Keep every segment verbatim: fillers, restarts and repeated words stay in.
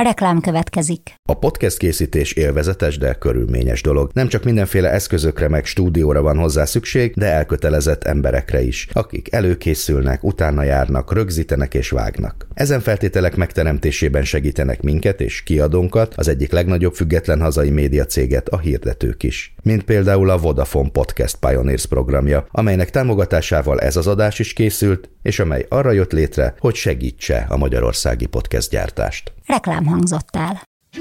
Reklám következik. A podcast készítés élvezetes, de körülményes dolog. Nem csak mindenféle eszközökre meg stúdióra van hozzá szükség, de elkötelezett emberekre is, akik előkészülnek, utána járnak, rögzítenek és vágnak. Ezen feltételek megteremtésében segítenek minket és kiadónkat, az egyik legnagyobb független hazai médiacéget, a hirdetők is. Mint például a Vodafone Podcast Pioneers programja, amelynek támogatásával ez az adás is készült, és amely arra jött létre, hogy segítse a magyarországi podcast gyártást. Reklám hangzott el.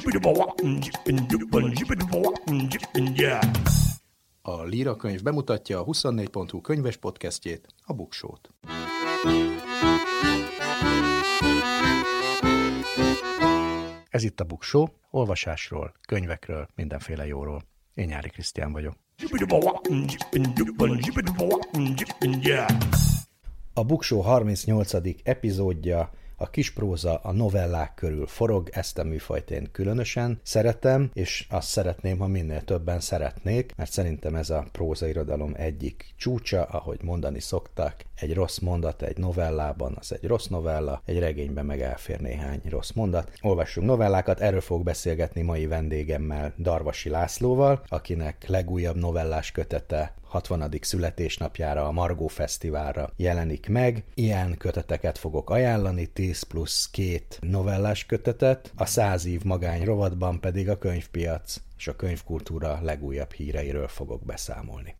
A Líra könyv bemutatja a huszonnégy pont hu könyves podcastjét, a Buksót. Ez itt a Buksó, olvasásról, könyvekről, mindenféle jóról. Én Nyári Krisztián vagyok. A Buksó harmincnyolcadik epizódja, a kispróza a novellák körül forog, ezt a műfajt én különösen szeretem, és azt szeretném, ha minél többen szeretnék, mert szerintem ez a prózairodalom egyik csúcsa, ahogy mondani szokták, egy rossz mondat egy novellában, az egy rossz novella, egy regényben meg elfér néhány rossz mondat. Olvassunk novellákat, erről fogok beszélgetni mai vendégemmel, Darvasi Lászlóval, akinek legújabb novellás kötete hatvanadik születésnapjára a Margó Fesztiválra jelenik meg. Ilyen köteteket fogok ajánlani, tíz plusz két novellás kötetet, a száz év magány rovatban pedig a könyvpiac és a könyvkultúra legújabb híreiről fogok beszámolni.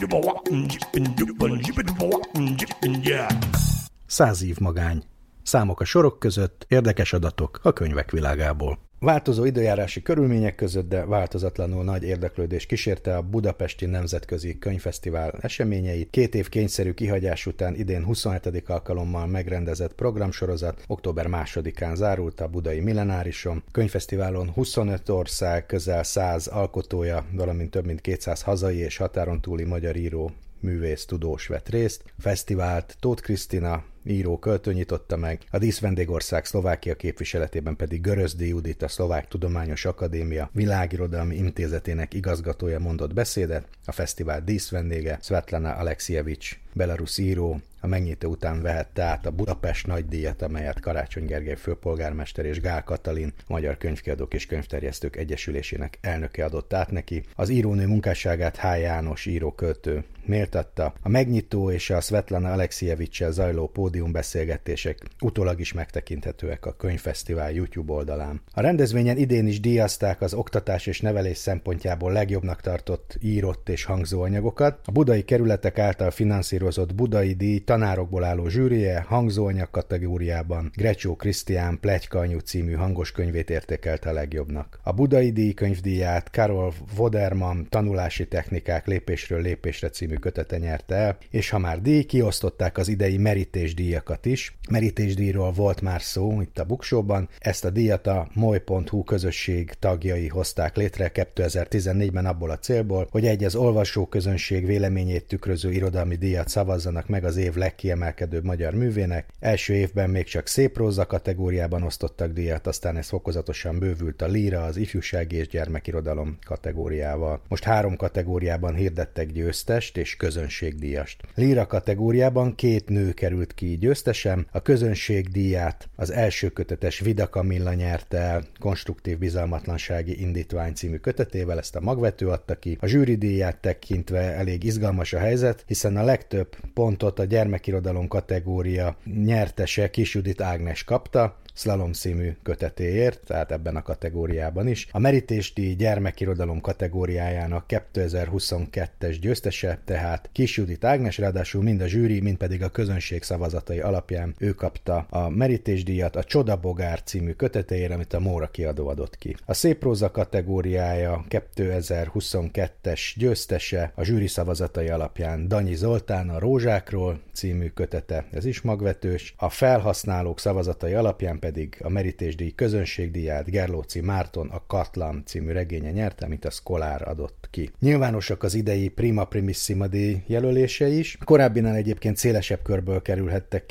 Száz év magány. Számok a sorok között, érdekes adatok a könyvek világából. Változó időjárási körülmények között, de változatlanul nagy érdeklődés kísérte a Budapesti Nemzetközi Könyvfesztivál eseményeit. Két év kényszerű kihagyás után idén huszonhetedik alkalommal megrendezett programsorozat október másodikán zárult a budai Millenárison. Könyvfesztiválon huszonöt ország, közel száz alkotója, valamint több mint kétszáz hazai és határon túli magyar író, művész, tudós vett részt. A fesztivált Tóth Krisztina író, költő nyitotta meg, a díszvendégország Szlovákia képviseletében pedig Görözdi Judit, a Szlovák Tudományos Akadémia Világirodalmi Intézetének igazgatója mondott beszédet, a fesztivál díszvendége Svetlana Alexijevics, belarusz író, a megnyitó után vehette át a Budapest nagydíjat, amelyet Karácsony Gergely főpolgármester és Gál Katalin, a Magyar Könyvkiadók és Könyvterjesztők Egyesülésének elnöke adott át neki. Az írónő munkásságát H. János író-költő méltatta. A megnyitó és a Svetlana Alexijevics-sel zajló pódiumbeszélgetések utólag is megtekinthetőek a könyvfesztivál YouTube oldalán. A rendezvényen idén is díjazták az oktatás és nevelés szempontjából legjobbnak tartott írott és hangzóanyagokat. A budai kerületek által finanszírozott Budai díj tanárokból álló zsűrije hangzóanyag kategóriában Grecsó Krisztián Pletyka anyu című hangos könyvét értékelte a legjobbnak. A Budai díj könyvdíját Karol Voderman Tanulási technikák lépésről lépésre című kötete nyerte el, és ha már díj, kiosztották az idei merítésdíjakat is. Merítésdíjról volt már szó itt a Buksóban, ezt a díjat a moly pont hu közösség tagjai hozták létre kétezer-tizennégyben abból a célból, hogy egy az olvasóközönség véleményét tükröző irodalmi díjat szavazzanak meg az év legkiemelkedőbb magyar művének. Első évben még csak széppróza kategóriában osztottak díjat, aztán ez fokozatosan bővült a líra, az ifjúsági és gyermekirodalom kategóriával. Most három kategóriában hirdettek győztest és közönségdíjast. Líra kategóriában két nő került ki győztesen, a közönségdíját az első kötetes Vida Kamilla nyerte el Konstruktív bizalmatlansági indítvány című kötetével, ezt a Magvető adta ki. A zsűridíját tekintve elég izgalmas a helyzet, hiszen a legtöbb pontot a gyermekirodalom kategória nyertese Kis Judit Ágnes kapta, Szlalom című kötetéért, tehát ebben a kategóriában is. A merítésdíj gyermekirodalom kategóriájának kétezer-huszonkettes győztese, tehát Kis Judit Ágnes, ráadásul mind a zsűri, mind pedig a közönség szavazatai alapján ő kapta a merítésdíjat a Csodabogár című kötetéért, amit a Móra kiadó adott ki. A széppróza kategóriája kétezer-huszonkettes győztese a zsűri szavazatai alapján Danyi Zoltán, a Rózsákról című kötete, ez is magvetős. A felhasználók szavazatai alapján pedig a merítésdíj közönségdíját Gerlóci Márton a Katlan című regénye nyerte, amit a Szkolár adott ki. Nyilvánosak az idei Prima Primissima díj jelölése is. Korábbinál egyébként szélesebb körből kerülhettek ki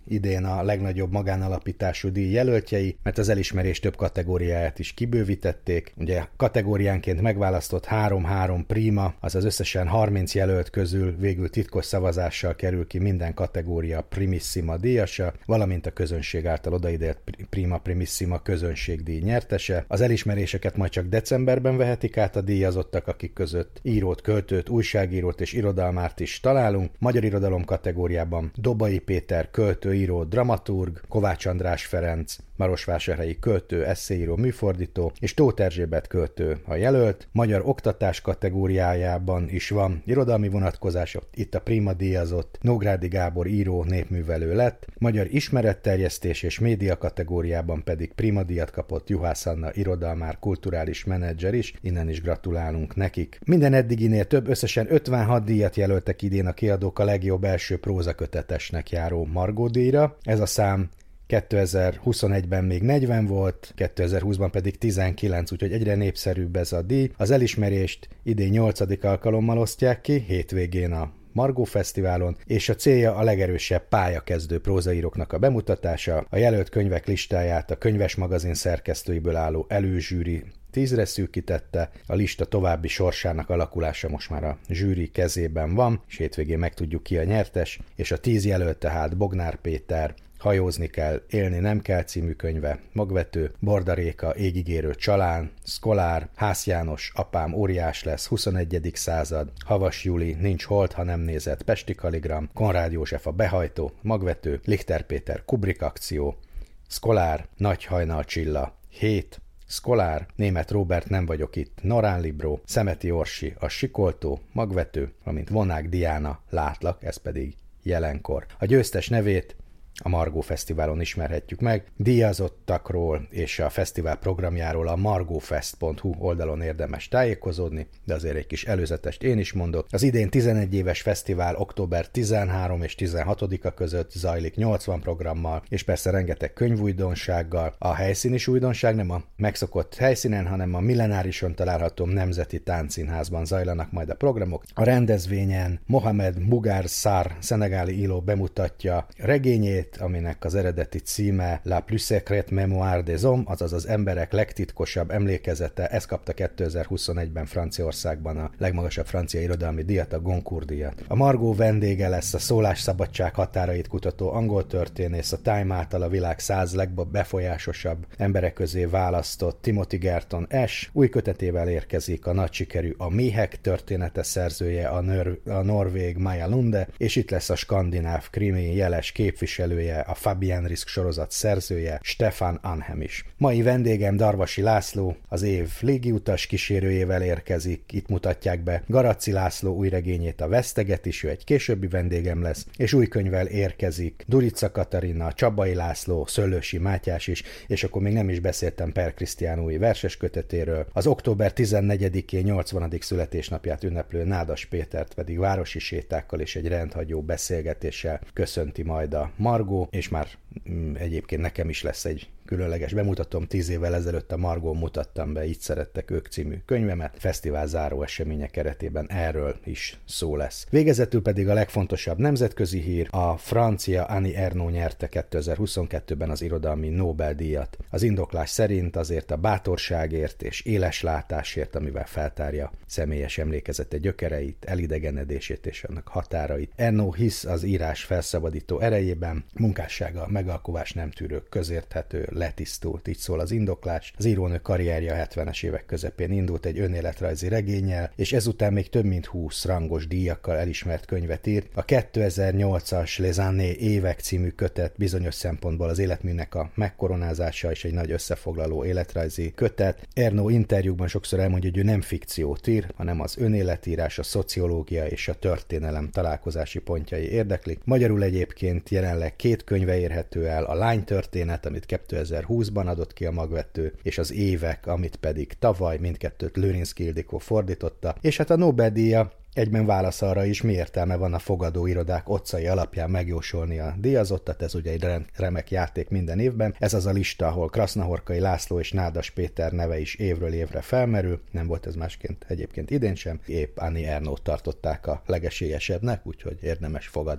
idén a legnagyobb magánalapítású díj jelöltjei, mert az elismerés több kategóriáját is kibővítették. Ugye kategóriánként megválasztott három-három prima, azaz összesen harminc jelölt közül végül titkos szavazással kerül ki minden kategória primissima díjasa, valamint a közönség által odaítélt prima primissima közönségdíj nyertese. Az elismeréseket majd csak decemberben vehetik át a díjazottak, akik között írót, költőt, újságírót és irodalmárt is találunk. Magyar irodalom kategóriában Dobai Péter költő, író, dramaturg, Kovács András Ferenc, marosvásárhelyi költő, esszéíró, műfordító és Tóth Erzsébet költő a jelölt. Magyar oktatás kategóriájában is van irodalmi vonatkozás, itt a prima díjazott Nógrádi Gábor író, népművelő lett. Magyar ismeretterjesztés és média kategóriában pedig prima díjat kapott Juhász Anna irodalmár, kulturális menedzser is, innen is gratulálunk nekik. Minden eddiginél több, összesen ötvenhat díjat jelöltek idén a kiadók a legjobb első prózakötetesnek járó Margó díjra. Ez a szám kétezer-huszonegyben még negyven volt, kétezer-húszban pedig tizenkilenc, úgyhogy egyre népszerűbb ez a díj. Az elismerést idén nyolcadik alkalommal osztják ki, hétvégén a Margó Fesztiválon, és a célja a legerősebb pályakezdő prózaíróknak a bemutatása. A jelölt könyvek listáját a Könyves magazin szerkesztőiből álló előzsűri tízre szűkítette, a lista további sorsának alakulása most már a zsűri kezében van, és hétvégén megtudjuk ki a nyertes, és a tíz jelölt tehát Bognár Péter, Hajózni kell, élni nem kell című könyve, Magvető, Borda Réka, Égigérő csalán, Szkolár, Hász János, Apám óriás lesz, huszonegyedik század, Havas Júli, Nincs hold, ha nem nézett, Pesti Kaligram, Konrád József a behajtó, Magvető, Lichter Péter, Kubrick akció, Szkolár, Nagy hajnal csilla, Hét, Szkolár, Németh Róbert, Nem vagyok itt, Norán Libró, Szemeti Orsi, a Sikoltó, Magvető, valamint Vonák Diana, Látlak, ez pedig jelenkor. A győztes nevét a Margó Fesztiválon ismerhetjük meg. Díjazottakról és a fesztivál programjáról a margófest pont hu oldalon érdemes tájékozódni, de azért egy kis előzetest én is mondok. Az idén tizenegy éves fesztivál október tizenharmadika és tizenhatodika között zajlik nyolcvan programmal, és persze rengeteg könyvújdonsággal. A helyszín is újdonság, nem a megszokott helyszínen, hanem a millenárison található Nemzeti Táncszínházban zajlanak majd a programok. A rendezvényen Mohamed Mugar Sarr szenegáli író bemutatja regényét, aminek az eredeti címe La plus secrète mémoire des hommes, azaz az emberek legtitkosabb emlékezete. Ez kapta kétezer-huszonegyben Franciaországban a legmagasabb francia irodalmi díjat, a Goncourt díjat. A Margó vendége lesz a szólásszabadság határait kutató angol történész, a Time által a világ száz legbefolyásosabb emberek közé választott Timothy Garton Ash. Új kötetével érkezik a nagy sikerű A méhek története szerzője, a, nör- a norvég Maja Lunde, és itt lesz a skandináv krimi jeles képviselője, a Fabian Risk sorozat szerzője, Stefan Anhem is. Mai vendégem Darvasi László, az év légiutas kísérőjével érkezik, itt mutatják be Garaci László új regényét, a Veszteget is, ő egy későbbi vendégem lesz, és új könyvvel érkezik Durica Katarina, Csabai László, Szöllősi Mátyás is, és akkor még nem is beszéltem Per Krisztián új verses kötetéről. Az október tizennegyedikén nyolcvanadik születésnapját ünneplő Nádas Pétert pedig városi sétákkal és egy rendhagyó beszélgetéssel köszönti majd a Margó, és már mm, egyébként nekem is lesz egy különleges bemutatom. Tíz évvel ezelőtt a Margón mutattam be Így szerettek ők című könyvemet. Fesztivál záró eseménye keretében erről is szó lesz. Végezetül pedig a legfontosabb nemzetközi hír: a francia Annie Ernaux nyerte kétezer-huszonkettőben az irodalmi Nobel-díjat. Az indoklás szerint azért a bátorságért és éles látásért, amivel feltárja személyes emlékezete gyökereit, elidegenedését és annak határait. Ernaux hisz az írás felszabadító erejében, munkássága megalkovás nem tűrő, közérthető, letisztult, így szól az indoklás. Az írónő karrierje a hetvenes évek közepén indult egy önéletrajzi regénnyel, és ezután még több mint húsz rangos díjakkal elismert könyvet írt. A kétezer-nyolcas Les Années évek című kötet bizonyos szempontból az életműnek a megkoronázása és egy nagy összefoglaló életrajzi kötet. Ernaux interjúkban sokszor elmondja, hogy ő nem fikciót ír, hanem az önéletírás, a szociológia és a történelem találkozási pontjai érdeklik. Magyarul egyébként jelenleg két könyve érhető el: a Lány történet, amit kétezer-húszban adott ki a Magvető, és az Évek, amit pedig tavaly, mindkettőt Lőrinszky Ildikó fordította, és hát a Nobel-díja egyben válasz arra is, mi értelme van a fogadóirodák otcai alapján megjósolni a díjazottat. Ez ugye egy remek játék minden évben. Ez az a lista, ahol Krasznahorkai László és Nádas Péter neve is évről évre felmerül. Nem volt ez másként egyébként idén sem. Épp Annie Ernaux tartották a legesélyesebbnek, úgyhogy érdemes fogadni.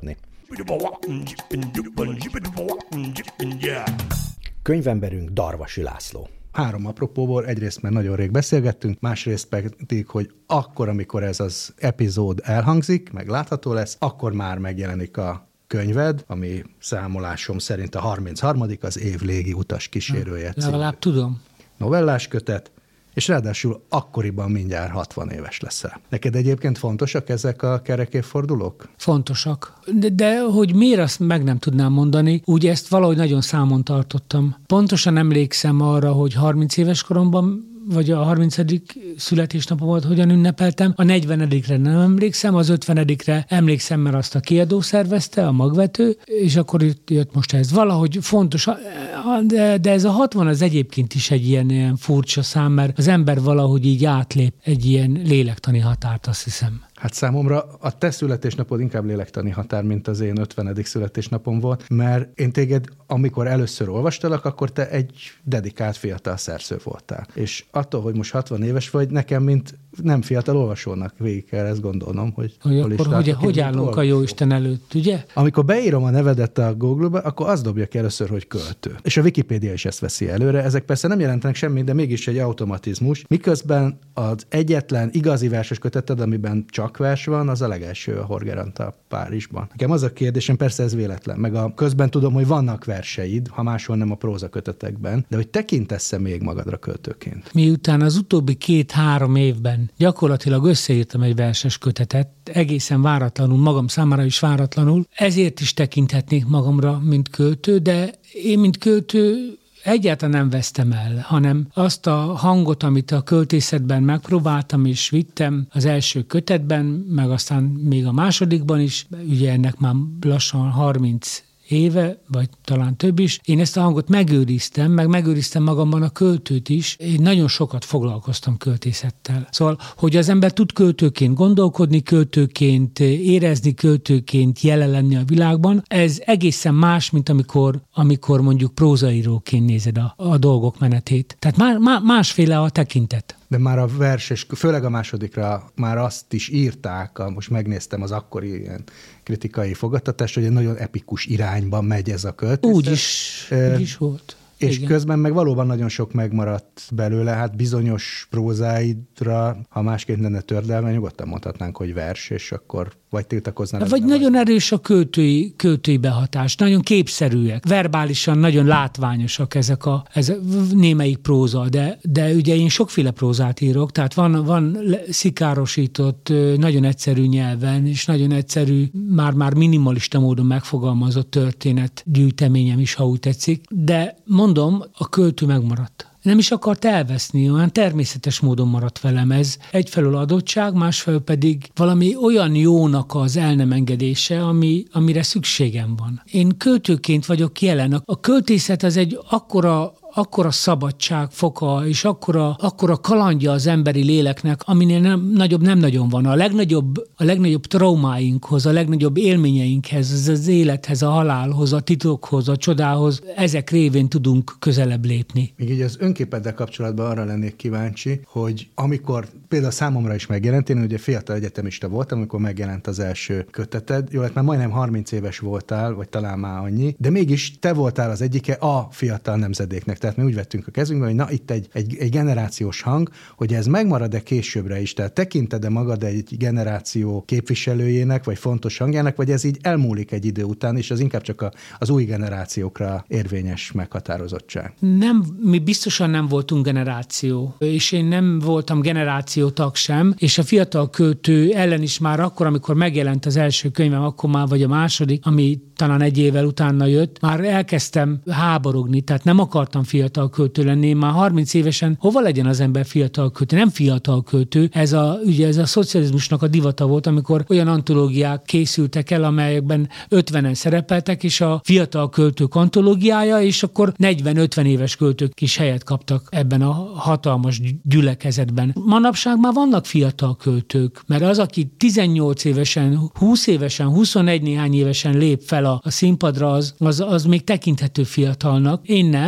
Könyvemberünk Darvasi László. Három apropóból, egyrészt mert nagyon rég beszélgettünk, másrészt pedig, hogy akkor, amikor ez az epizód elhangzik, meg látható lesz, akkor már megjelenik a könyved, ami számolásom szerint a harmincharmadik az év légi utas kísérője. Legalább tudom. Novellás kötet, és ráadásul akkoriban mindjárt hatvan éves leszel. Neked egyébként fontosak ezek a kerekévfordulók? Fontosak. De, de hogy miért, azt meg nem tudnám mondani, úgy ezt valahogy nagyon számon tartottam. Pontosan emlékszem arra, hogy harminc éves koromban, vagy a harmincadik születésnapom volt, hogyan ünnepeltem. A negyvenedikre nem emlékszem, az ötvenedikre emlékszem, mert azt a kiadó szervezte, a Magvető, és akkor jött most ez. Valahogy fontos, de, de ez a hatvan az egyébként is egy ilyen, ilyen furcsa szám, mert az ember valahogy így átlép egy ilyen lélektani határt, azt hiszem. Hát számomra a te születésnapod inkább lélektani határ, mint az én ötvenedik születésnapom volt, mert én téged, amikor először olvastalak, akkor te egy dedikált fiatal szerző voltál. És attól, hogy most hatvan éves vagy, nekem, mint nem fiatal olvasónak végig kell ezt gondolnom, hogy... Hogy akkor hogy, hogy állunk olvasó. A Jóisten előtt, ugye? Amikor beírom a nevedet a Google-ba, akkor azt dobja ki először, hogy költő. És a Wikipédia is ezt veszi előre. Ezek persze nem jelentenek semmit, de mégis egy automatizmus. Miközben az egyetlen igazi verses köteted, amiben csak vers van, az a legelső, a Horger Antal Párizsban. Nekem az a kérdésem, persze ez véletlen, meg a közben tudom, hogy vannak verseid, ha máshol nem a prózakötetekben, de hogy tekintesz-e még magadra költőként? Miután az utóbbi két-három évben gyakorlatilag összeírtam egy verses kötetet, egészen váratlanul, magam számára is váratlanul, ezért is tekinthetnék magamra, mint költő, de én, mint költő, egyáltalán nem vesztem el, hanem azt a hangot, amit a költészetben megpróbáltam és vittem az első kötetben, meg aztán még a másodikban is, ugye ennek már lassan harminc éve, vagy talán több is, én ezt a hangot megőriztem, meg megőriztem magamban a költőt is. Én nagyon sokat foglalkoztam költészettel. Szóval, hogy az ember tud költőként gondolkodni, költőként érezni, költőként jelen lenni a világban, ez egészen más, mint amikor, amikor mondjuk prózaíróként nézed a, a dolgok menetét. Tehát má, má, másféle a tekintet. De már a verses, főleg a másodikra már azt is írták, most megnéztem az akkori ilyen kritikai fogadtatást, hogy egy nagyon epikus irányban megy ez a költészet. Úgy is, e, úgy is volt. És igen. Közben meg valóban nagyon sok megmaradt belőle, hát bizonyos prózáidra, ha másként lenne tördelme, nyugodtan mondhatnánk, hogy vers, és akkor vagy tiltakoznának. Vagy nagyon vagy. Erős a költői, költői behatás, nagyon képszerűek, verbálisan nagyon látványosak ezek a, ez a némelyik próza, de, de ugye én sokféle prózát írok, tehát van, van szikárosított, nagyon egyszerű nyelven, és nagyon egyszerű, már-már minimalista módon megfogalmazott történet gyűjteményem is, ha úgy tetszik, de mondom, a költő megmaradt. Nem is akart elveszni, olyan természetes módon maradt velem ez. Egyfelől adottság, másfelől pedig valami olyan jónak az el nem engedése, ami, amire szükségem van. Én költőként vagyok jelen. A költészet az egy akkora akkora szabadság foka, és akkora, akkora kalandja az emberi léleknek, aminél nem, nagyobb nem nagyon van. A legnagyobb, a legnagyobb traumáinkhoz, a legnagyobb élményeinkhez, az, az élethez, a halálhoz, a titokhoz, a csodához, ezek révén tudunk közelebb lépni. Még így az önképeddel kapcsolatban arra lennék kíváncsi, hogy amikor például számomra is megjelent, én ugye fiatal egyetemista voltam, amikor megjelent az első köteted, jó, hát már majdnem harminc éves voltál, vagy talán már annyi, de mégis te voltál az egyike a fiatal nemzedéknek. Tehát mi úgy vettünk a kezünkbe, hogy na itt egy, egy, egy generációs hang, hogy ez megmarad-e későbbre is, tehát tekinted-e magad egy generáció képviselőjének, vagy fontos hangjának, vagy ez így elmúlik egy idő után, és az inkább csak a, az új generációkra érvényes meghatározottság? Nem, mi biztosan nem voltunk generáció, és én nem voltam generációtag sem, és a fiatal költő ellen is már akkor, amikor megjelent az első könyvem, akkor már vagy a második, ami talán egy évvel utána jött, már elkezdtem háborogni, tehát nem akartam fiatal költő lenni. Én már harminc évesen hova legyen az ember fiatal költő? Nem fiatal költő. Ez a, ugye ez a szocializmusnak a divata volt, amikor olyan antológiák készültek el, amelyekben ötvenen szerepeltek, és a fiatal költők antológiája, és akkor negyven-ötven éves költők is helyet kaptak ebben a hatalmas gyülekezetben. Manapság már vannak fiatal költők, mert az, aki tizennyolc évesen, húsz évesen, huszonegy néhány évesen lép fel a, a színpadra, az, az, az még tekinthető fiatalnak. Én nem, és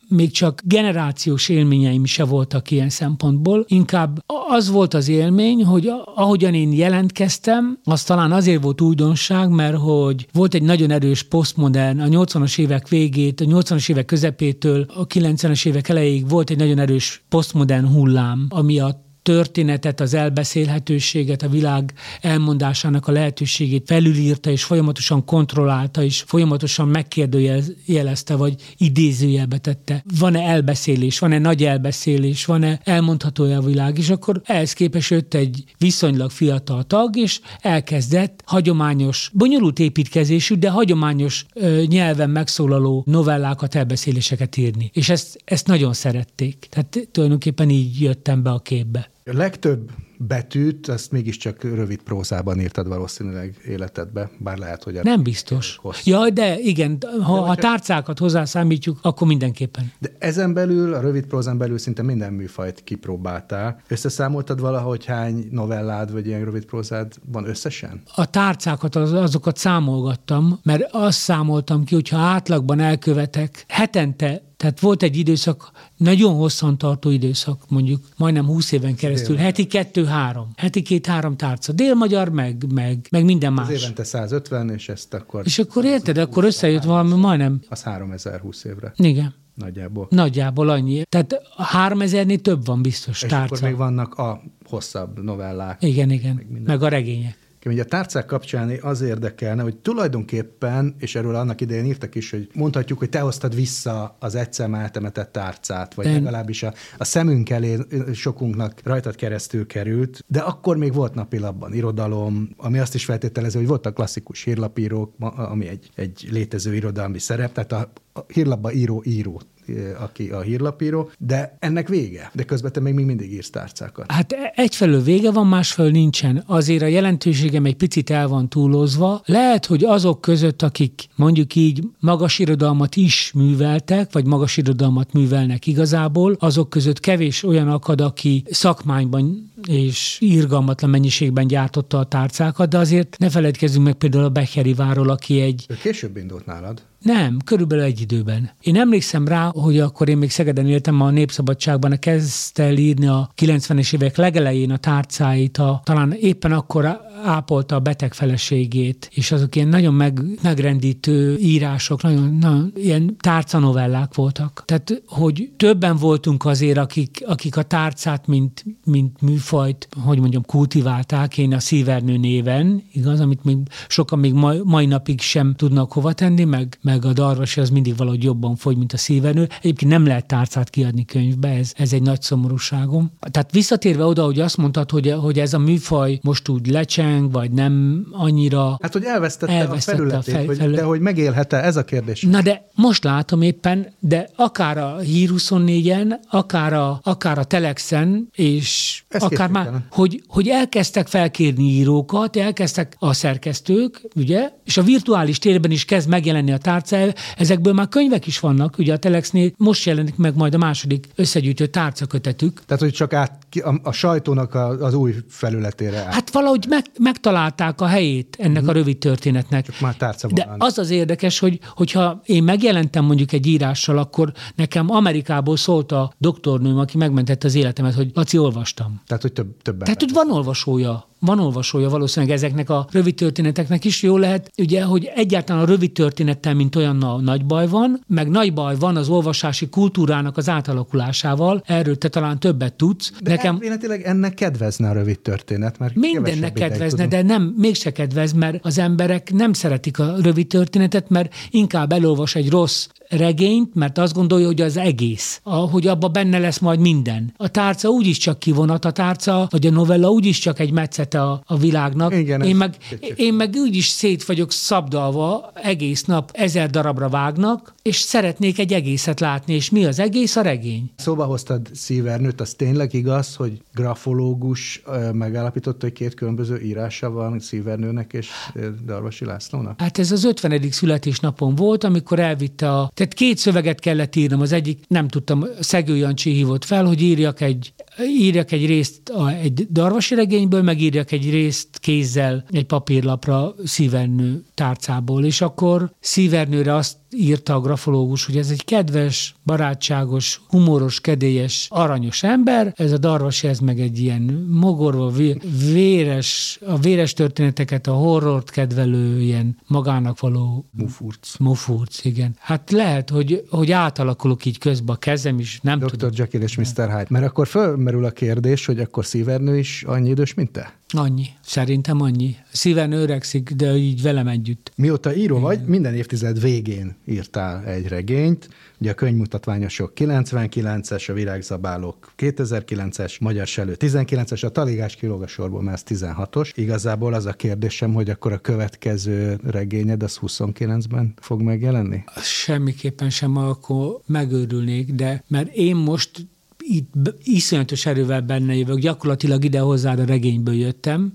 még csak generációs élményeim se voltak ilyen szempontból, inkább az volt az élmény, hogy ahogyan én jelentkeztem, az talán azért volt újdonság, mert hogy volt egy nagyon erős posztmodern, a nyolcvanas évek végét, a nyolcvanas évek közepétől a kilencvenes évek elejéig volt egy nagyon erős posztmodern hullám, ami a történetet, az elbeszélhetőséget, a világ elmondásának a lehetőségét felülírta, és folyamatosan kontrollálta, és folyamatosan megkérdőjelezte, vagy idézőjelbe tette. Van-e elbeszélés, van-e nagy elbeszélés, van-e elmondható-e a világ, és akkor ehhez képest jött egy viszonylag fiatal tag, és elkezdett hagyományos, bonyolult építkezésű, de hagyományos ö, nyelven megszólaló novellákat, elbeszéléseket írni. És ezt, ezt nagyon szerették. Tehát tulajdonképpen így jöttem be a képbe. A legtöbb betűt, azt mégiscsak rövid prózában írtad valószínűleg életedbe, bár lehet, hogy... Nem biztos. Ja, de igen, ha a tárcákat hozzászámítjuk, akkor mindenképpen. De ezen belül, a rövid prózán belül szinte minden műfajt kipróbáltál. Összeszámoltad valahogy hány novellád, vagy ilyen rövid prózád van összesen? A tárcákat, az, azokat számolgattam, mert azt számoltam ki, hogyha átlagban elkövetek hetente, tehát volt egy időszak, nagyon hosszan tartó időszak, mondjuk majdnem húsz éven keresztül, Dél. heti kettő-három, heti két-három tárca, délmagyar, meg, meg, meg minden más. Az évente százötven, és ezt akkor... És akkor érted, akkor összejött valami majdnem... Az háromezer-húsz évre. Igen. Nagyjából. Nagyjából annyi. Tehát háromezernél több van biztos és tárca. És akkor még vannak a hosszabb novellák. Igen, igen, meg, meg a regények. Ugye a tárcák kapcsán az érdekelne, hogy tulajdonképpen, és erről annak idején írtak is, hogy mondhatjuk, hogy te hoztad vissza az egyszer eltemetett tárcát, vagy de... legalábbis a, a szemünk elé sokunknak rajtad keresztül került, de akkor még volt napilapban irodalom, ami azt is feltételező, hogy voltak klasszikus hírlapírók, ami egy, egy létező irodalmi szerep, tehát a, a hírlapba író író, aki a hírlapíró, de ennek vége. De közben te még mindig írsz tárcákat. Hát egyfelől vége van, másfelől nincsen. Azért a jelentőségem egy picit el van túlozva. Lehet, hogy azok között, akik mondjuk így magas irodalmat is műveltek, vagy magas irodalmat művelnek igazából, azok között kevés olyan akad, aki szakmányban és irgalmatlan mennyiségben gyártotta a tárcákat, de azért ne feledkezzünk meg például a Becher Ivánról, aki egy... Ő később indult nálad? Nem, körülbelül egy időben. Én emlékszem rá, hogy akkor én még Szegeden éltem, a Népszabadságban kezdte el írni a kilencvenes évek legelején a tárcáit, a, talán éppen akkor ápolta a beteg feleségét, és azok ilyen nagyon meg, megrendítő írások, nagyon, nagyon ilyen tárcanovellák voltak. Tehát, hogy többen voltunk azért, akik, akik a tárcát, mint, mint műfajt, hogy mondjam, kultiválták, én a Szívernő néven, igaz, amit még sokan még mai, mai napig sem tudnak hova tenni, meg, meg a Darvasi az mindig valahogy jobban fogy, mint a Szívernő. Egyébként nem lehet tárcát kiadni könyvbe, ez, ez egy nagy szomorúságom. Tehát visszatérve oda, hogy azt mondtad, hogy, hogy ez a műfaj most úgy lecseng, vagy nem annyira... Hát, hogy elvesztette, elvesztette a felületét, a fej, hogy, felület. De hogy megélhet-e, ez a kérdés. Na de most látom éppen, de akár a Hír huszonnégyen, akár a, akár a Telexen, és ezt akár már, hogy, hogy elkezdtek felkérni írókat, elkezdtek a szerkesztők, ugye, és a virtuális térben is kezd megjelenni a tárca, ezekből már könyvek is vannak, ugye a Telexnél most jelenik meg majd a második összegyűjtő tárcakötetük. Tehát, hogy csak át a, a sajtónak a, az új felületére át. Hát valahogy meg, megtalálták a helyét ennek mm. a rövid történetnek. Csak már tárca de van. Az az érdekes, hogy, hogyha én megjelentem mondjuk egy írással, akkor nekem Amerikából szólt a doktornőm, aki megmentette az életemet, hogy Laci, olvastam. Tehát, hogy több, többen. Tehát, hogy van olvasója. Van olvasója valószínűleg ezeknek a rövid történeteknek is. Jó lehet, ugye, hogy egyáltalán a rövid történettel, mint olyannal nagy baj van, meg nagy baj van az olvasási kultúrának az átalakulásával. Erről te talán többet tudsz. De Nekem... elméletileg ennek kedvezne a rövid történet, mert mindennek kedvezne, de nem, mégse kedvez, mert az emberek nem szeretik a rövid történetet, mert inkább elolvas egy rossz regényt, mert azt gondolja, hogy az egész, hogy abban benne lesz majd minden. A tárca úgyis csak kivonat, a tárca, vagy a novella úgyis csak egy metszete a, a világnak. Igen, én, meg, én meg úgyis szét vagyok szabdalva, egész nap ezer darabra vágnak, és szeretnék egy egészet látni, és mi az egész? A regény. Szóba hoztad Szívernőt, az tényleg igaz, hogy grafológus megállapította, hogy két különböző írása van Szívernőnek és Darvasi Lászlónak? Hát ez az ötvenedik születésnapon volt, amikor elvitte a... Tehát két szöveget kellett írnom, az egyik, nem tudtam, Szegő Jancsi hívott fel, hogy írjak egy, írjak egy részt a, egy Darvasi regényből, meg írjak egy részt kézzel egy papírlapra Szívernő tárcából, és akkor Szívernőre azt írta a grafológus, hogy ez egy kedves, barátságos, humoros, kedélyes, aranyos ember, ez a Darvasi, ez meg egy ilyen mogorva, véres, a véres történeteket, a horrort kedvelő, ilyen magának való mufurc. Mufurc, igen. Hát lehet, hogy, hogy átalakulok így közben a kezem is, nem doktor tudom. Jekyll és miszter Hyde. Mert akkor fölmerül a kérdés, hogy akkor Szívernő is annyi idős, mint te? Annyi. Szerintem annyi. Szíven öregszik, de így velem együtt. Mióta író vagy, minden évtized végén írtál egy regényt. Ugye a könyvmutatványosok kilencvenkilences, a virágzabálók kétezer-kilences, Magyar Sellő tizenkilences, a Taligás kilóg a sorból, mert ez tizenhatos. Igazából az a kérdésem, hogy akkor a következő regényed az huszonkilencben fog megjelenni? Semmiképpen sem, akkor megőrülnék, de mert én most itt iszonyatos erővel benne jövök. Gyakorlatilag ide hozzád a regényből jöttem,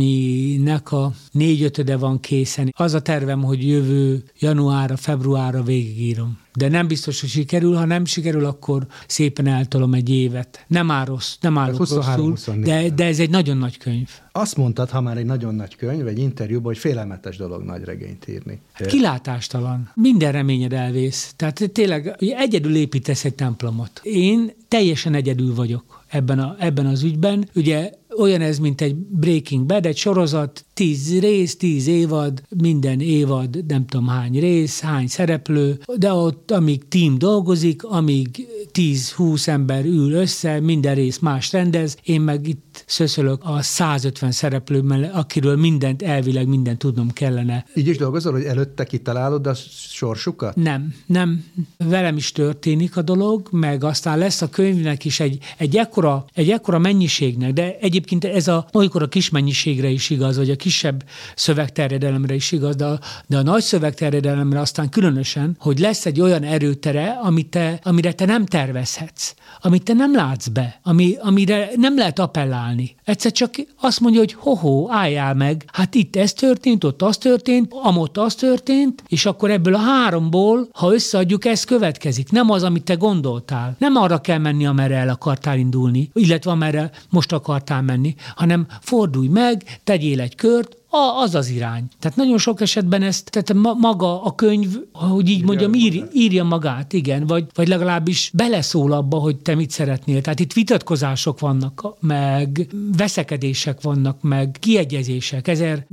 aminek a négyötöde van készen. Az a tervem, hogy jövő januárra, februárra végigírom. De nem biztos, hogy sikerül, ha nem sikerül, akkor szépen eltolom egy évet. Nem áll rossz, nem állok rosszul, de, de ez egy nagyon nagy könyv. Azt mondtad, ha már egy nagyon nagy könyv, egy interjúban, hogy félelmetes dolog nagy regényt írni. Hát kilátástalan. Minden reményed elvész. Tehát tényleg egyedül építesz egy templomot. Én teljesen egyedül vagyok ebben, a, ebben az ügyben. Ugye olyan ez, mint egy Breaking Bad, egy sorozat, tíz rész, tíz évad, minden évad, nem tudom hány rész, hány szereplő, de ott amíg tím dolgozik, amíg tíz-húsz ember ül össze, minden rész más rendez, én meg itt szöszölök a százötven szereplő mellett, akiről mindent, elvileg mindent tudnom kellene. Így is dolgozol, hogy előtte kitalálod a sorsukat? Nem, nem. Velem is történik a dolog, meg aztán lesz a könyvnek is egy, egy, ekkora, egy ekkora mennyiségnek, de egyébként ez a olykor a kis mennyiségre is igaz, vagy a kisebb szövegterjedelemre is igaz, de a, de a nagy szövegterjedelemre aztán különösen, hogy lesz egy olyan erőtere, amit te, amire te nem tervezhetsz, amit te nem látsz be, ami, amire nem lehet appellálni. Egyszer csak azt mondja, hogy ho-ho, álljál meg, hát itt ez történt, ott az történt, amott az történt, és akkor ebből a háromból, ha összeadjuk, ez következik. Nem az, amit te gondoltál. Nem arra kell menni, amerre el akartál indulni, illetve amerre most akartál menni, hanem fordulj meg, tegyél egy kört, az az irány. Tehát nagyon sok esetben ezt, tehát maga a könyv, hogy így mondjam, ír, írja magát, igen, vagy, vagy legalábbis beleszól abba, hogy te mit szeretnél. Tehát itt vitatkozások vannak, meg veszekedések vannak, meg kiegyezések.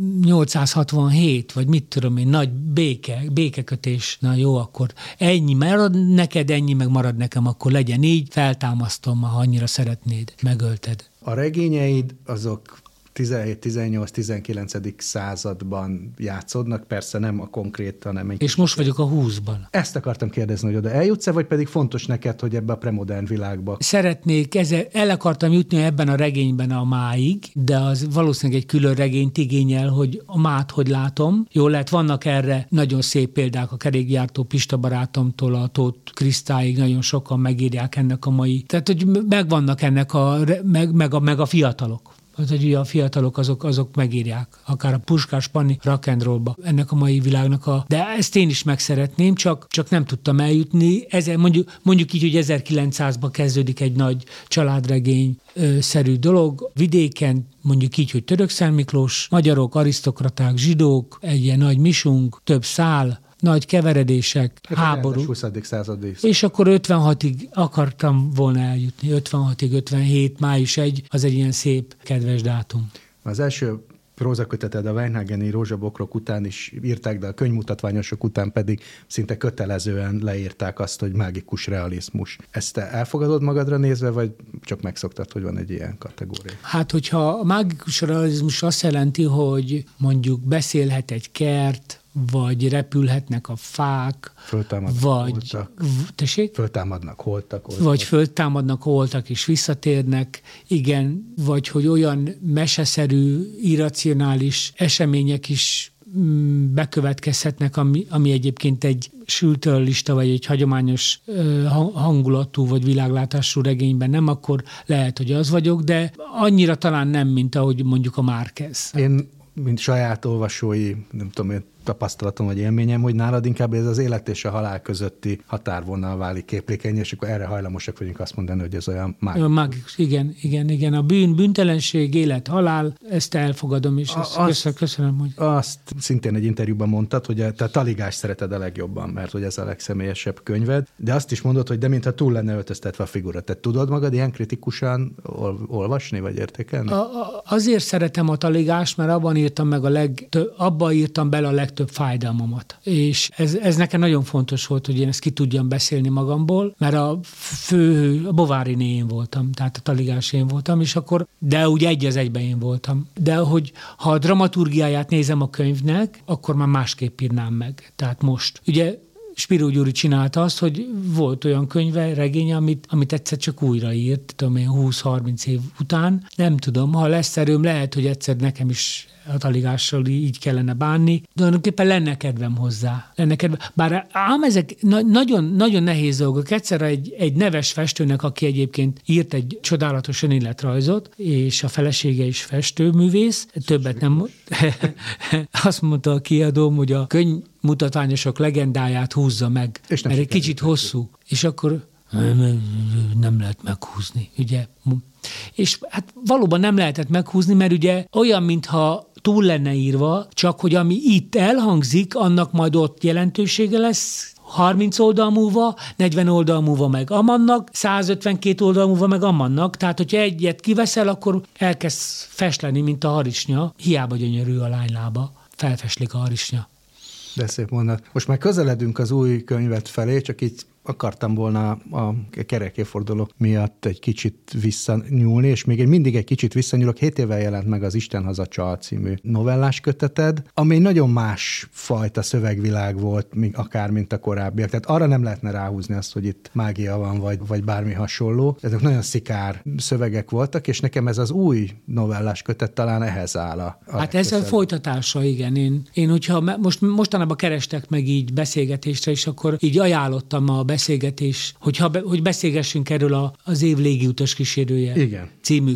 ezernyolcszázhatvanhét, vagy mit tudom én, nagy béke, békekötés. Na jó, akkor ennyi marad neked, ennyi meg marad nekem, akkor legyen így, feltámasztom, ha annyira szeretnéd, megölted. A regényeid azok tizenhét, tizennyolc, tizenkilencedik században játszódnak, persze nem a konkrét, hanem egy... És most vagyok a húszban. Ezt akartam kérdezni, hogy oda eljutsz-e, vagy pedig fontos neked, hogy ebbe a premodern világba? Szeretnék, ezzel, el akartam jutni ebben a regényben a máig, de az valószínűleg egy külön regényt igényel, hogy a mát hogy látom. Jól lehet, vannak erre nagyon szép példák, a kerékgyártó Pista barátomtól a Tóth Krisztáig nagyon sokan megírják ennek a mai. Tehát, hogy megvannak ennek a, meg, meg a, meg a fiatalok. Hogy a fiatalok azok, azok megírják, akár a Puskás Panni rock and rollba, ennek a mai világnak a... De ezt én is meg szeretném, csak, csak nem tudtam eljutni. Ezer, mondjuk, mondjuk így, hogy ezerkilencszázban kezdődik egy nagy családregény-szerű dolog. Vidéken mondjuk így, hogy Törökszent Miklós, magyarok, arisztokraták, zsidók, egy ilyen nagy misunk, több szál, nagy keveredések, hát háború. huszadik század rész. És akkor ötvenhatig akartam volna eljutni. ötvenhatig, ötvenhét, május elseje, az egy ilyen szép, kedves dátum. Az első prózaköteted a Weinhageni Rózsabokrok után is írták, de a könyvmutatványosok után pedig szinte kötelezően leírták azt, hogy mágikus realizmus. Ezt te elfogadod magadra nézve, vagy csak megszoktad, hogy van egy ilyen kategória? Hát, hogyha a mágikus realizmus azt jelenti, hogy mondjuk beszélhet egy kert, vagy repülhetnek a fák, föltámadnak, vagy holtak. Tessék? Föltámadnak, holtak, holtak. Vagy föltámadnak, holtak és visszatérnek, igen, vagy hogy olyan meseszerű, irracionális események is bekövetkezhetnek, ami, ami egyébként egy sültörlista, vagy egy hagyományos hangulatú, vagy világlátású regényben nem, akkor lehet, hogy az vagyok, de annyira talán nem, mint ahogy mondjuk a Márquez. Én mint saját olvasói, nem tudom, tapasztalatom vagy élményem, hogy nálad inkább ez az élet és a halál közötti határvonal válik képlékeny, és akkor erre hajlamosak vagyunk azt mondani, hogy ez olyan mágikus. Mágikus, igen, igen, igen. A bűn, bűntelenség, élet, halál, ezt elfogadom, és ezt azt, köszönöm, köszönöm, hogy... Azt szintén egy interjúban mondtad, hogy te a Taligást szereted a legjobban, mert hogy ez a legszemélyesebb könyved, de azt is mondod, hogy de mintha túl lenne öltöztetve a figura. Te tudod magad ilyen kritikusan ol- olvasni, vagy értékelni? A, a, azért szeretem a Taligást, mert abban írtam meg a legtöbb, abban írtam bele a legtöbb fájdalmamat. És ez, ez nekem nagyon fontos volt, hogy én ezt ki tudjam beszélni magamból, mert a fő, a Bováriné én voltam, tehát a Taligás én voltam, és akkor, de úgy egy az egyben én voltam. De hogy ha a dramaturgiáját nézem a könyvnek, akkor már másképp írnám meg. Tehát most. Ugye Spiró Gyuri csinálta azt, hogy volt olyan könyve, regény, amit, amit egyszer csak újraírt, tudom én, húsz-harminc év után. Nem tudom, ha lesz erőm, lehet, hogy egyszer nekem is a Taligással így kellene bánni, de tulajdonképpen lenne kedvem hozzá. Lenne kedvem. Bár ám ezek na- nagyon, nagyon nehéz dolgok. Egyszer egy, egy neves festőnek, aki egyébként írt egy csodálatos önéletrajzot, és a felesége is festőművész, többet nem... Azt mondta a kiadóm, hogy a könyvmutatványosok legendáját húzza meg, és mert egy kicsit hosszú. És akkor nem lehet meghúzni, ugye? És hát valóban nem lehetett meghúzni, mert ugye olyan, mintha túl lenne írva, csak hogy ami itt elhangzik, annak majd ott jelentősége lesz, harminc oldal múlva, negyven oldal múlva meg amannak, százötvenkét oldal múlva meg amannak, tehát hogyha egyet kiveszel, akkor elkezd festleni, mint a harisnya. Hiába gyönyörű a lánylába, felfeslik a harisnya. De szép mondat. Most már közeledünk az új könyvet felé, csak így akartam volna a kerekéforduló miatt egy kicsit visszanyúlni, és még egy mindig egy kicsit visszanyúlok. Hét évvel jelent meg az Isten haza csal című novellás köteted, ami nagyon más fajta szövegvilág volt, akár mint a korábbiak. Tehát arra nem lehetne ráhúzni azt, hogy itt mágia van, vagy, vagy bármi hasonló. Ezek nagyon szikár szövegek voltak, és nekem ez az új novellás kötet talán ehhez áll a, a Hát ez a folytatása, igen. Én, én hogyha most, mostanában kerestek meg így beszélgetésre, és akkor így ajánlottam a beszélgetés, hogyha be, hogy beszélgessünk erről a, az év légiutas kísérője Igen. című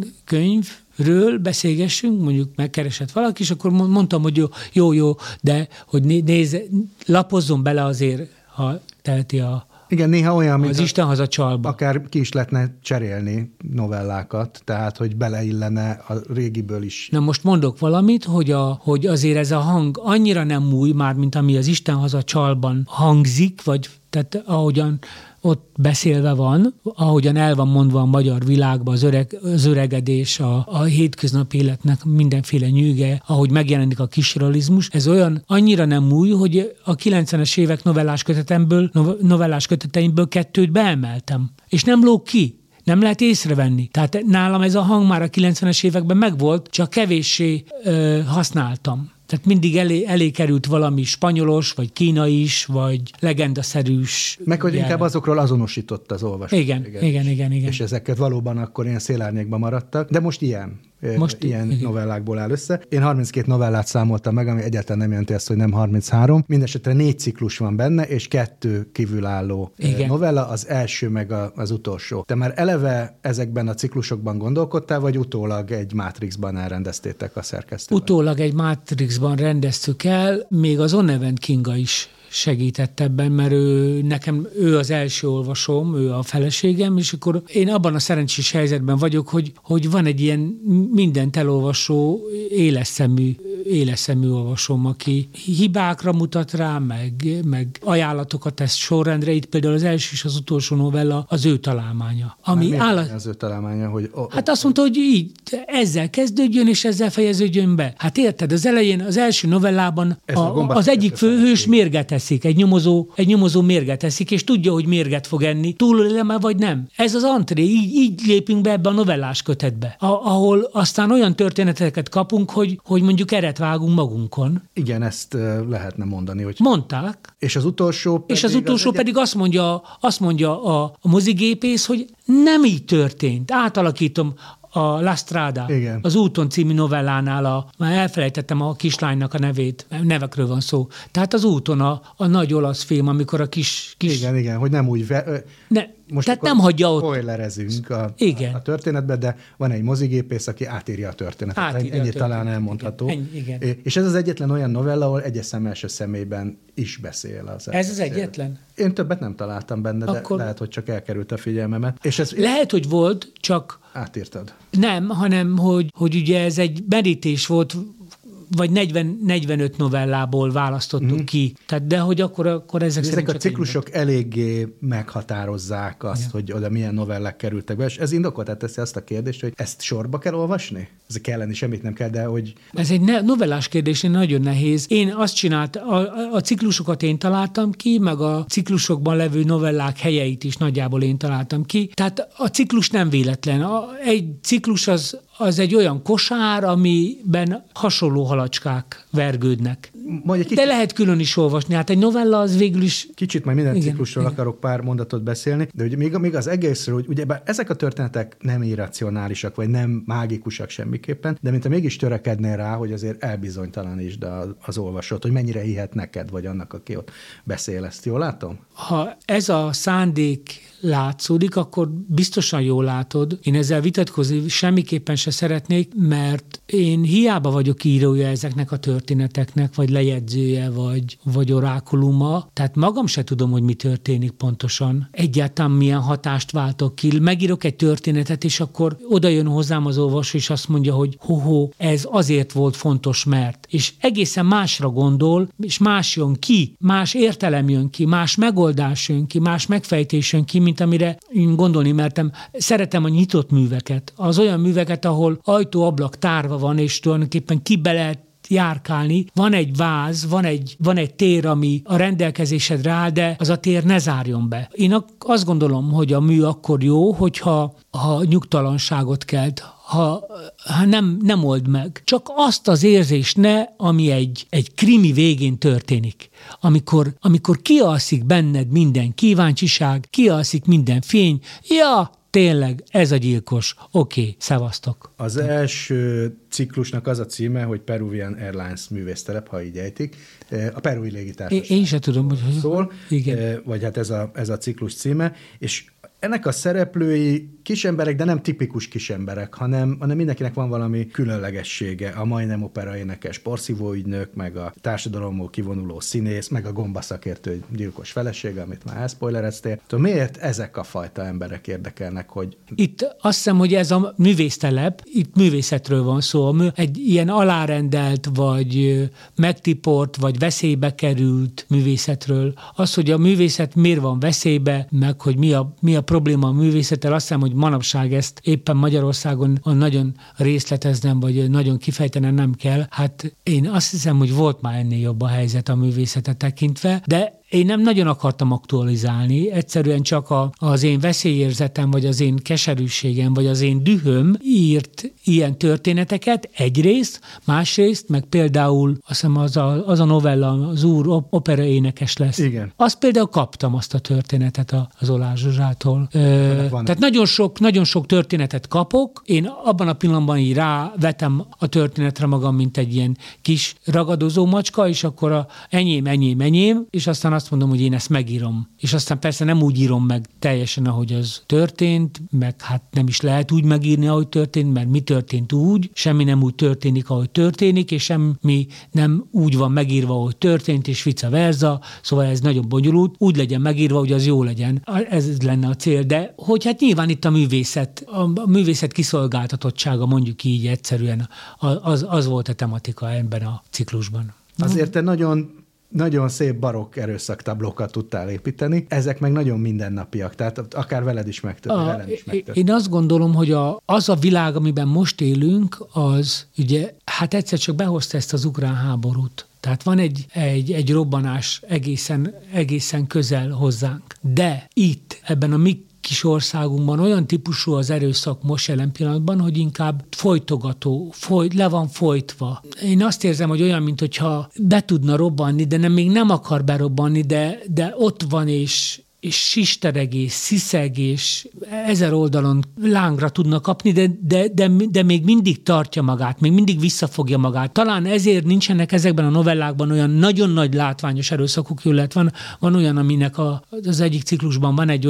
könyvről beszélgessünk, mondjuk megkeresett valaki, és akkor mondtam, hogy jó, jó, jó de hogy nézze, lapozzon bele azért, ha teheti a Igen, néha olyan, az Isten haza csalba. Akár ki is lehetne cserélni novellákat, tehát, hogy beleillene a régiből is. Na most mondok valamit, hogy, a, hogy azért ez a hang annyira nem új már, mint ami az Isten haza csalban hangzik, vagy tehát ahogyan ott beszélve van, ahogyan el van mondva a magyar világban az, öreg, az öregedés, a, a hétköznapi életnek mindenféle nyűge, ahogy megjelenik a kisrealizmus, ez olyan annyira nem új, hogy a kilencvenes évek novellás kötetemből, novellás köteteimből kettőt beemeltem. És nem lóg ki. Nem lehet észrevenni. Tehát nálam ez a hang már a kilencvenes években megvolt, csak kevéssé ö, használtam. Tehát mindig elé, elé került valami spanyolos, vagy kínai is, vagy legendaszerűs. Meg hogy inkább azokról azonosított az olvasó. Igen, igen, igen, igen, igen. És ezeket valóban akkor ilyen szélárnyékban maradtak, de most ilyen. Most ilyen igen. novellákból áll össze. Én harminckét novellát számoltam meg, ami egyáltalán nem jelenti azt, hogy nem harminchárom. Mindenesetre négy ciklus van benne, és kettő kívülálló igen. novella, az első meg a, az utolsó. Te már eleve ezekben a ciklusokban gondolkodtál, vagy utólag egy Matrixban elrendeztétek a szerkesztővel? Utólag egy Matrixban rendeztük el, még az Onnevent Kinga is segített ebben, mert ő, nekem ő az első olvasóm, ő a feleségem, és akkor én abban a szerencsés helyzetben vagyok, hogy, hogy van egy ilyen mindent elolvasó, éles szemű, éles szemű olvasóm, aki hibákra mutat rá, meg, meg ajánlatokat tesz sorrendre. Itt például az első és az utolsó novella az ő találmánya. Ami hát állat... az ő találmánya, hogy... Oh, hát azt mondta, hogy így ezzel kezdődjön, és ezzel fejeződjön be. Hát érted, az elején, az első novellában a, a, az egyik főhős mérget eszik, egy nyomozó, egy nyomozó mérget eszik, és tudja, hogy mérget fog enni. Túlélem-e vagy nem? Ez az antré, így, így lépünk be ebbe a novellás kötetbe, a, ahol aztán olyan történeteket kapunk, hogy, hogy mondjuk eret vágunk magunkon. Igen, ezt uh, lehetne mondani, hogy... Mondták. És az utolsó pedig... És az utolsó az pedig egy... azt mondja, azt mondja a, a mozigépész, hogy nem így történt. Átalakítom a La Strada, igen. Az úton című novellánál, a, már elfelejtettem a kislánynak a nevét, nevekről van szó. Tehát az úton a, a nagy olasz film, amikor a kis... kis igen, igen, hogy nem úgy... Ve... Ne, most Tehát nem hagyja ott. Spoilerezünk a, igen. a történetbe, de van egy mozigépész, aki átírja a történetet. Átírja Ennyi a történetet. talán elmondható. Igen. Ennyi, igen. És ez az egyetlen olyan novella, ahol egyes szem első személyben is beszél. Az ez az egyetlen? Én többet nem találtam benne, de Akkor... lehet, hogy csak elkerült a figyelmemet. És ez... Lehet, hogy volt, csak... Átírtad. Nem, hanem, hogy, hogy ugye ez egy merítés volt, vagy negyven, negyvenöt novellából választottuk mm. ki. Tehát, de hogy akkor, akkor ezek ezek szerint a ciklusok eléggé meghatározzák azt, ja. hogy oda milyen novellák kerültek be, és ez indokoltát teszi azt a kérdést, hogy ezt sorba kell olvasni? Ez kell lenni, semmit nem kell, de hogy... Ez egy ne- novellás kérdés, nagyon nehéz. Én azt csináltam, a, a ciklusokat én találtam ki, meg a ciklusokban levő novellák helyeit is nagyjából én találtam ki. Tehát a ciklus nem véletlen. A, egy ciklus az az egy olyan kosár, amiben hasonló halacskák vergődnek. Kicsit, de lehet külön is olvasni. Hát egy novella az végül is... Kicsit majd minden igen, ciklusról igen. akarok pár mondatot beszélni, de ugye még, még az egészről, hogy ugye ezek a történetek nem irracionálisak, vagy nem mágikusak semmiképpen, de mintha mégis törekednél rá, hogy azért elbizonytalanítsd az olvasót, hogy mennyire hihet neked, vagy annak, aki ott beszél. Ezt jól látom? Ha ez a szándék látszódik, akkor biztosan jól látod. Én ezzel vitatkozni semmiképpen se szeretnék, mert én hiába vagyok írója ezeknek a történeteknek, vagy lejegyzője, vagy, vagy orákuluma, tehát magam se tudom, hogy mi történik pontosan. Egyáltalán milyen hatást váltok ki. Megírok egy történetet, és akkor oda jön hozzám az olvasó, és azt mondja, hogy ho-ho, ez azért volt fontos, mert. És egészen másra gondol, és más jön ki, más értelem jön ki, más megoldás jön ki, más megfejtés jön ki, mint amire én gondolni mertem. Szeretem a nyitott műveket. Az olyan műveket, ahol ajtó-ablak tárva van, és tulajdonképpen ki be lehet járkálni. Van egy váz, van egy, van egy tér, ami a rendelkezésedre áll, de az a tér ne zárjon be. Én azt gondolom, hogy a mű akkor jó, hogyha ha nyugtalanságot kelt, ha, ha nem, nem old meg. Csak azt az érzést ne, ami egy, egy krimi végén történik. Amikor, amikor kialszik benned minden kíváncsiság, kialszik minden fény, ja, tényleg, ez a gyilkos. Oké, okay, szevasztok. Az első ciklusnak az a címe, hogy Peruvian Airlines művésztelep, ha így ejtik. A perui légitársaság. Én, én sem tudom, hogy szól, igen. Vagy hát ez a, ez a ciklus címe, és ennek a szereplői kisemberek, de nem tipikus kisemberek, hanem, hanem mindenkinek van valami különlegessége. A majdnem opera énekes porszívóügynök, meg a társadalomból kivonuló színész, meg a gombaszakértő gyilkos felesége, amit már elszpoilereztél. Miért ezek a fajta emberek érdekelnek, hogy... Itt azt hiszem, hogy ez a művésztelep, itt művészetről van szó. Egy ilyen alárendelt, vagy megtiport, vagy veszélybe került művészetről. Az, hogy a művészet miért van veszélybe, meg hogy mi a, mi a probléma a művészettel, azt hiszem, hogy manapság ezt éppen Magyarországon nagyon részleteznem, vagy nagyon kifejtenem nem kell. Hát én azt hiszem, hogy volt már ennél jobb a helyzet a művészetet tekintve, de én nem nagyon akartam aktualizálni, egyszerűen csak a, az én veszélyérzetem, vagy az én keserűségem, vagy az én dühöm írt ilyen történeteket egyrészt, másrészt, meg például azt hiszem az a, az a novella, az úr opera énekes lesz. Igen. Azt például kaptam azt a történetet az Olás Zsuzsától. Ö, tehát nagyon sok, nagyon sok történetet kapok, én abban a pillanatban így rávetem a történetre magam, mint egy ilyen kis ragadozó macska, és akkor a enyém, enyém, enyém, és aztán azt mondom, hogy én ezt megírom. És aztán persze nem úgy írom meg teljesen, ahogy az történt, meg hát nem is lehet úgy megírni, ahogy történt, mert mi történt úgy, semmi nem úgy történik, ahogy történik, és semmi nem úgy van megírva, ahogy történt, és vice versa, szóval ez nagyon bonyolult. Úgy legyen megírva, hogy az jó legyen. Ez lenne a cél, de hogy hát nyilván itt a művészet, a művészet kiszolgáltatottsága, mondjuk így egyszerűen, az, az volt a tematika ebben a ciklusban. Azért te nagyon nagyon szép barokk erőszaktáblókat tudtál építeni, ezek meg nagyon mindennapiak, tehát akár veled is megtörtént. Én azt gondolom, hogy a, az a világ, amiben most élünk, az ugye, hát egyszer csak behozta ezt az ukrán háborút. Tehát van egy, egy, egy robbanás egészen, egészen közel hozzánk. De itt, ebben a mi kis országunkban olyan típusú az erőszak most jelen pillanatban, hogy inkább folytogató, folyt, le van folytva. Én azt érzem, hogy olyan, mintha be tudna robbanni, de nem, még nem akar berobbanni, de, de ott van, és, és sistereg, és sziszeg, és ezer oldalon lángra tudna kapni, de, de, de, de még mindig tartja magát, még mindig visszafogja magát. Talán ezért nincsenek ezekben a novellákban olyan nagyon nagy látványos erőszakok, illetve van, van olyan, aminek a, az egyik ciklusban van egy olyan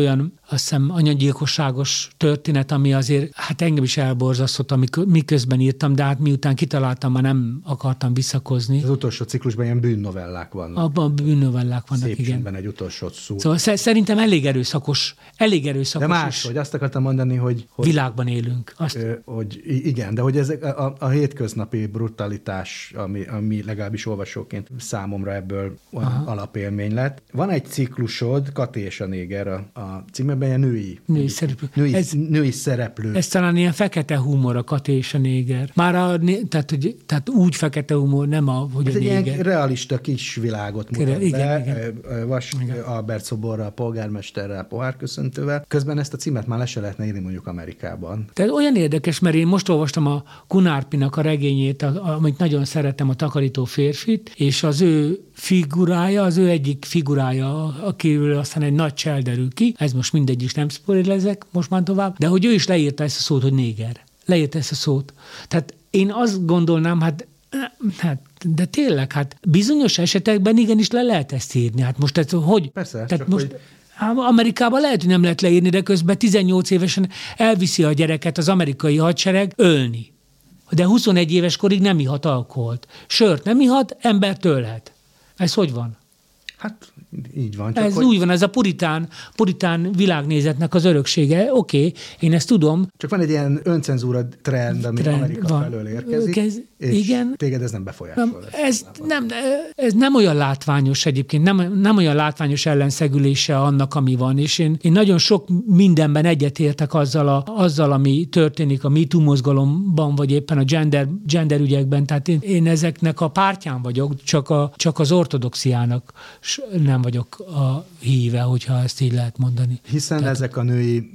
azt hiszem anyagyilkosságos történet, ami azért hát engem is elborzasztott, miközben írtam, de hát miután kitaláltam, már nem akartam visszakozni. Az utolsó ciklusban ilyen bűnnovellák vannak. Abban bűnnovellák vannak, szép igen. Szép egy utolsó szó. Szóval szerintem elég erőszakos, elég erőszakos. De más, hogy azt akartam mondani, hogy... hogy világban élünk. Azt... Ö, hogy igen, de hogy ez a, a, a hétköznapi brutalitás, ami, ami legalábbis olvasóként számomra ebből alapélmény lett. Van egy ciklusod, Kati és a néger a, a címében, ilyen női, női szereplő. Női, ez, női szereplő. Ez talán ilyen fekete humor, a Kati és a néger. Már a, tehát, hogy, tehát úgy fekete humor, nem a, hogy ez a egy néger. Ilyen realista kis világot mutat Kere, igen, be, igen. Vas igen. Albert szoborral, polgármesterrel, pohárköszöntővel. Közben ezt a címet már le se lehetne írni mondjuk Amerikában. Tehát olyan érdekes, mert én most olvastam a Kunárpinak a regényét, amit nagyon szeretem, a Takarító férfit, és az ő figurája, az ő egyik figurája, akiről aztán egy nagy csel derül ki, ez most mindegy is, nem spoilerezek most már tovább, de hogy ő is leírta ezt a szót, hogy néger. Leírta ezt a szót. Tehát én azt gondolnám, hát Hát, de tényleg, hát bizonyos esetekben igenis le lehet ezt írni. Hát most ez hogy? Persze, tehát csak most, hogy... Amerikában lehet, hogy nem lehet leírni, de közben tizennyolc évesen elviszi a gyereket az amerikai hadsereg ölni. De huszonegy éves korig nem ihat alkoholt. Sört nem ihat, embert ölhet. Ez hogy van? Hát így van. Csak ez hogy... úgy van, ez a puritán, puritán világnézetnek az öröksége. Oké, okay, én ezt tudom. Csak van egy ilyen öncenzúra trend, ami trend Amerika van. Felől érkezik, ez, és igen, téged ez nem befolyásol. Ez nem, ez nem olyan látványos egyébként, nem, nem olyan látványos ellenszegülése annak, ami van, és én, én nagyon sok mindenben egyetértek azzal, a, azzal, ami történik a MeToo mozgalomban, vagy éppen a gender, gender ügyekben, tehát én, én ezeknek a pártján vagyok, csak, a, csak az ortodoxiának nem vagyok a híve, hogyha ezt így lehet mondani. Hiszen Tehát... ezek a női,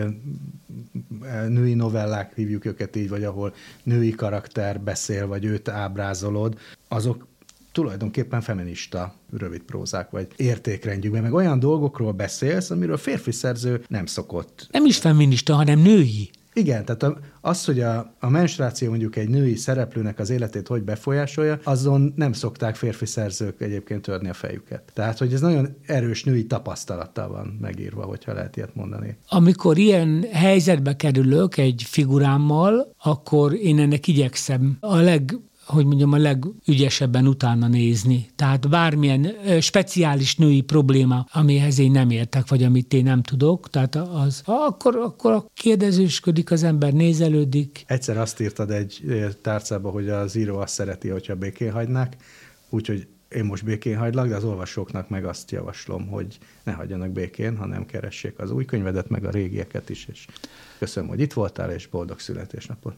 női novellák, hívjuk őket így, vagy ahol női karakter beszél, vagy őt ábrázolod, azok tulajdonképpen feminista rövidprózák, vagy értékrendjükben, meg olyan dolgokról beszélsz, amiről férfi szerző nem szokott. Nem is feminista, hanem női. Igen, tehát az, hogy a, a menstruáció mondjuk egy női szereplőnek az életét hogy befolyásolja, azon nem szokták férfi szerzők egyébként törni a fejüket. Tehát, hogy ez nagyon erős női tapasztalattal van megírva, hogyha lehet ilyet mondani. Amikor ilyen helyzetbe kerülök egy figurámmal, akkor én ennek igyekszem a leg... hogy mondjam, a legügyesebben utána nézni. Tehát bármilyen speciális női probléma, amihez én nem értek, vagy amit én nem tudok, tehát az, akkor, akkor kérdezősködik az ember, nézelődik. Egyszer azt írtad egy tárcába, hogy az író azt szereti, hogyha békén hagynák, úgyhogy én most békén hagylak, de az olvasóknak meg azt javaslom, hogy ne hagyjanak békén, hanem keressék az új könyvedet, meg a régieket is, és köszönöm, hogy itt voltál, és boldog születésnapot!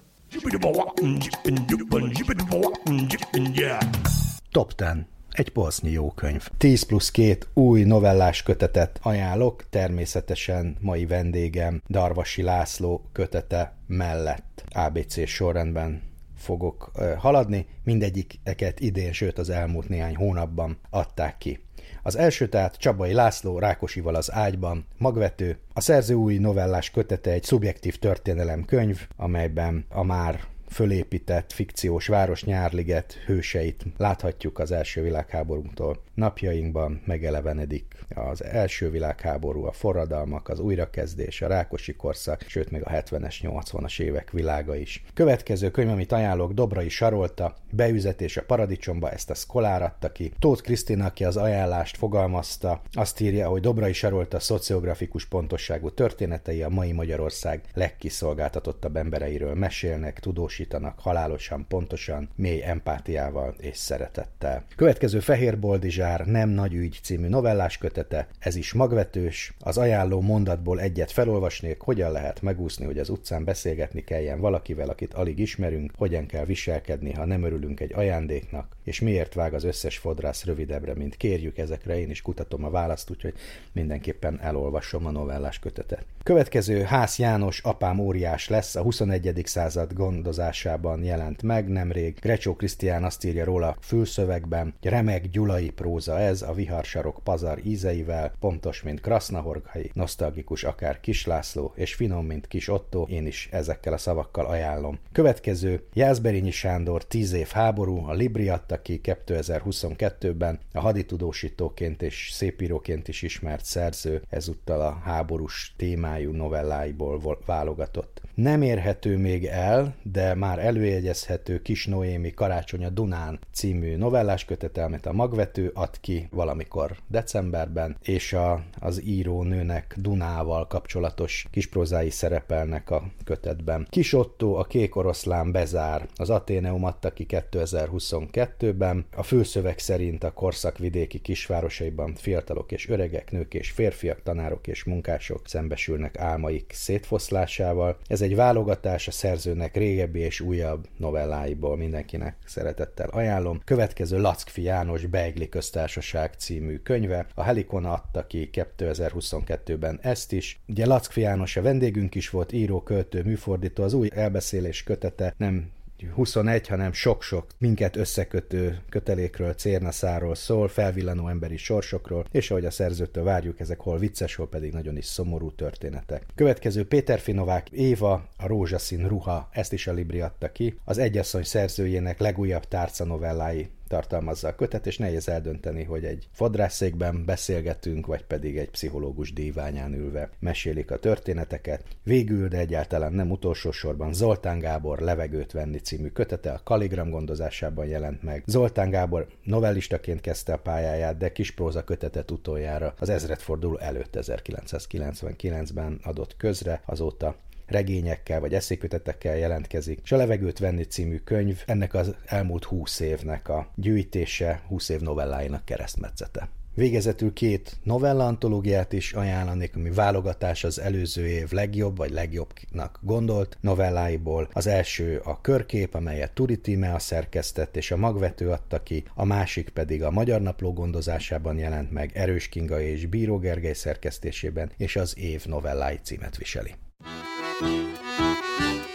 Top tíz. Egy polsznyi jó könyv. tíz plusz két új novellás kötetet ajánlok, természetesen mai vendégem Darvasi László kötete mellett á bé cé sorrendben fogok uh, haladni. Mindegyiket idén, sőt az elmúlt néhány hónapban adták ki. Az első tehát Csabai László Rákosival az ágyban, magvető. A szerző új novellás kötete egy szubjektív történelemkönyv, amelyben a már fölépített fikciós város Nyárliget hőseit láthatjuk az első világháborútól. Napjainkban megelevenedik az első világháború, a forradalmak, az újrakezdés, a Rákosi korszak, sőt még a hetvenes, nyolcvanas évek világa is. Következő könyv, amit ajánlok, Dobrai Sarolta, Beüzetés a paradicsomba, ezt a Szkolár adta ki. Tóth Krisztina, aki az ajánlást fogalmazta, azt írja, hogy Dobrai Sarolta szociografikus pontosságú történetei a mai Magyarország legkiszolgáltatottabb embereiről mesélnek, tudósítanak halálosan, pontosan, mély empátiával és szeretettel. Következő Fehér Boldizsár, Nem nagy ügy című novellás kötete, ez is magvetős. Az ajánló mondatból egyet felolvasnék, hogyan lehet megúszni, hogy az utcán beszélgetni kelljen valakivel, akit alig ismerünk, hogyan kell viselkedni, ha nem örülünk egy ajándéknak, és miért vág az összes fodrász rövidebbre, mint kérjük. Ezekre én is kutatom a választ, úgyhogy mindenképpen elolvasom a novellás kötetet. Következő Hász János, Apám óriás lesz, a huszonegyedik század gondozás fordításában jelent meg nemrég. Grecsó Krisztián azt írja róla fülszövegben, hogy remek gyulai próza ez, a viharsarok pazar ízeivel, pontos, mint Krasznahorkai, nosztalgikus akár Kis László, és finom, mint Kis Ottó, én is ezekkel a szavakkal ajánlom. Következő, Jászberényi Sándor, Tíz év háború, a Libri adta ki kétezer-huszonkettőben, a haditudósítóként és szépíróként is ismert szerző, ezúttal a háborús témájú novelláiból válogatott. Nem érhető még el, de már előjegyezhető Kis Noémi Karácsony a Dunán című novellás kötete, amit a Magvető ad ki valamikor decemberben, és a, az írónőnek Dunával kapcsolatos kisprózái szerepelnek a kötetben. Kis Ottó, a Kék oroszlán bezár, az Atheneum adta ki kétezer-huszonkettőben. A főszöveg szerint a korszakvidéki kisvárosaiban fiatalok és öregek, nők és férfiak, tanárok és munkások szembesülnek álmaik szétfoszlásával. Ez egy válogatás a szerzőnek régebbi és újabb novelláiból, mindenkinek szeretettel ajánlom. Következő Lackfi János Beigli köztársaság című könyve. A Helikona adta ki kétezer-huszonkettőben ezt is. Ugye Lackfi János a vendégünk is volt, író, költő, műfordító, az új elbeszélés kötete nem huszonegy, hanem sok-sok minket összekötő kötelékről, cérnaszáról szól, felvillanó emberi sorsokról, és ahogy a szerzőtől várjuk, ezek hol vicces, hol pedig nagyon is szomorú történetek. Következő Péterfi Novák Éva, a Rózsaszín ruha, ezt is a Libri adta ki. Az Egyasszony szerzőjének legújabb tárcanovellái tartalmazza a kötet, és nehéz eldönteni, hogy egy fodrásszékben beszélgetünk, vagy pedig egy pszichológus díványán ülve mesélik a történeteket. Végül, de egyáltalán nem utolsó sorban Zoltán Gábor Levegőt venni című kötete, a Kaligram gondozásában jelent meg. Zoltán Gábor novellistaként kezdte a pályáját, de kispróza kötetet utoljára az ezredforduló előtt ezerkilencszázkilencvenkilencben adott közre, azóta regényekkel vagy eszékötetekkel jelentkezik, és a Levegőt venni című könyv ennek az elmúlt húsz évnek a gyűjtése, húsz év novelláinak keresztmetszete. Végezetül két novella antológiát is ajánlanék, ami válogatás az előző év legjobb vagy legjobbnak gondolt novelláiból. Az első a Körkép, amelyet Turi Tímea szerkesztett, és a Magvető adta ki, a másik pedig a Magyar Napló gondozásában jelent meg Erős Kinga és Bíró Gergely szerkesztésében, és az év novellái címet viseli. Thank you.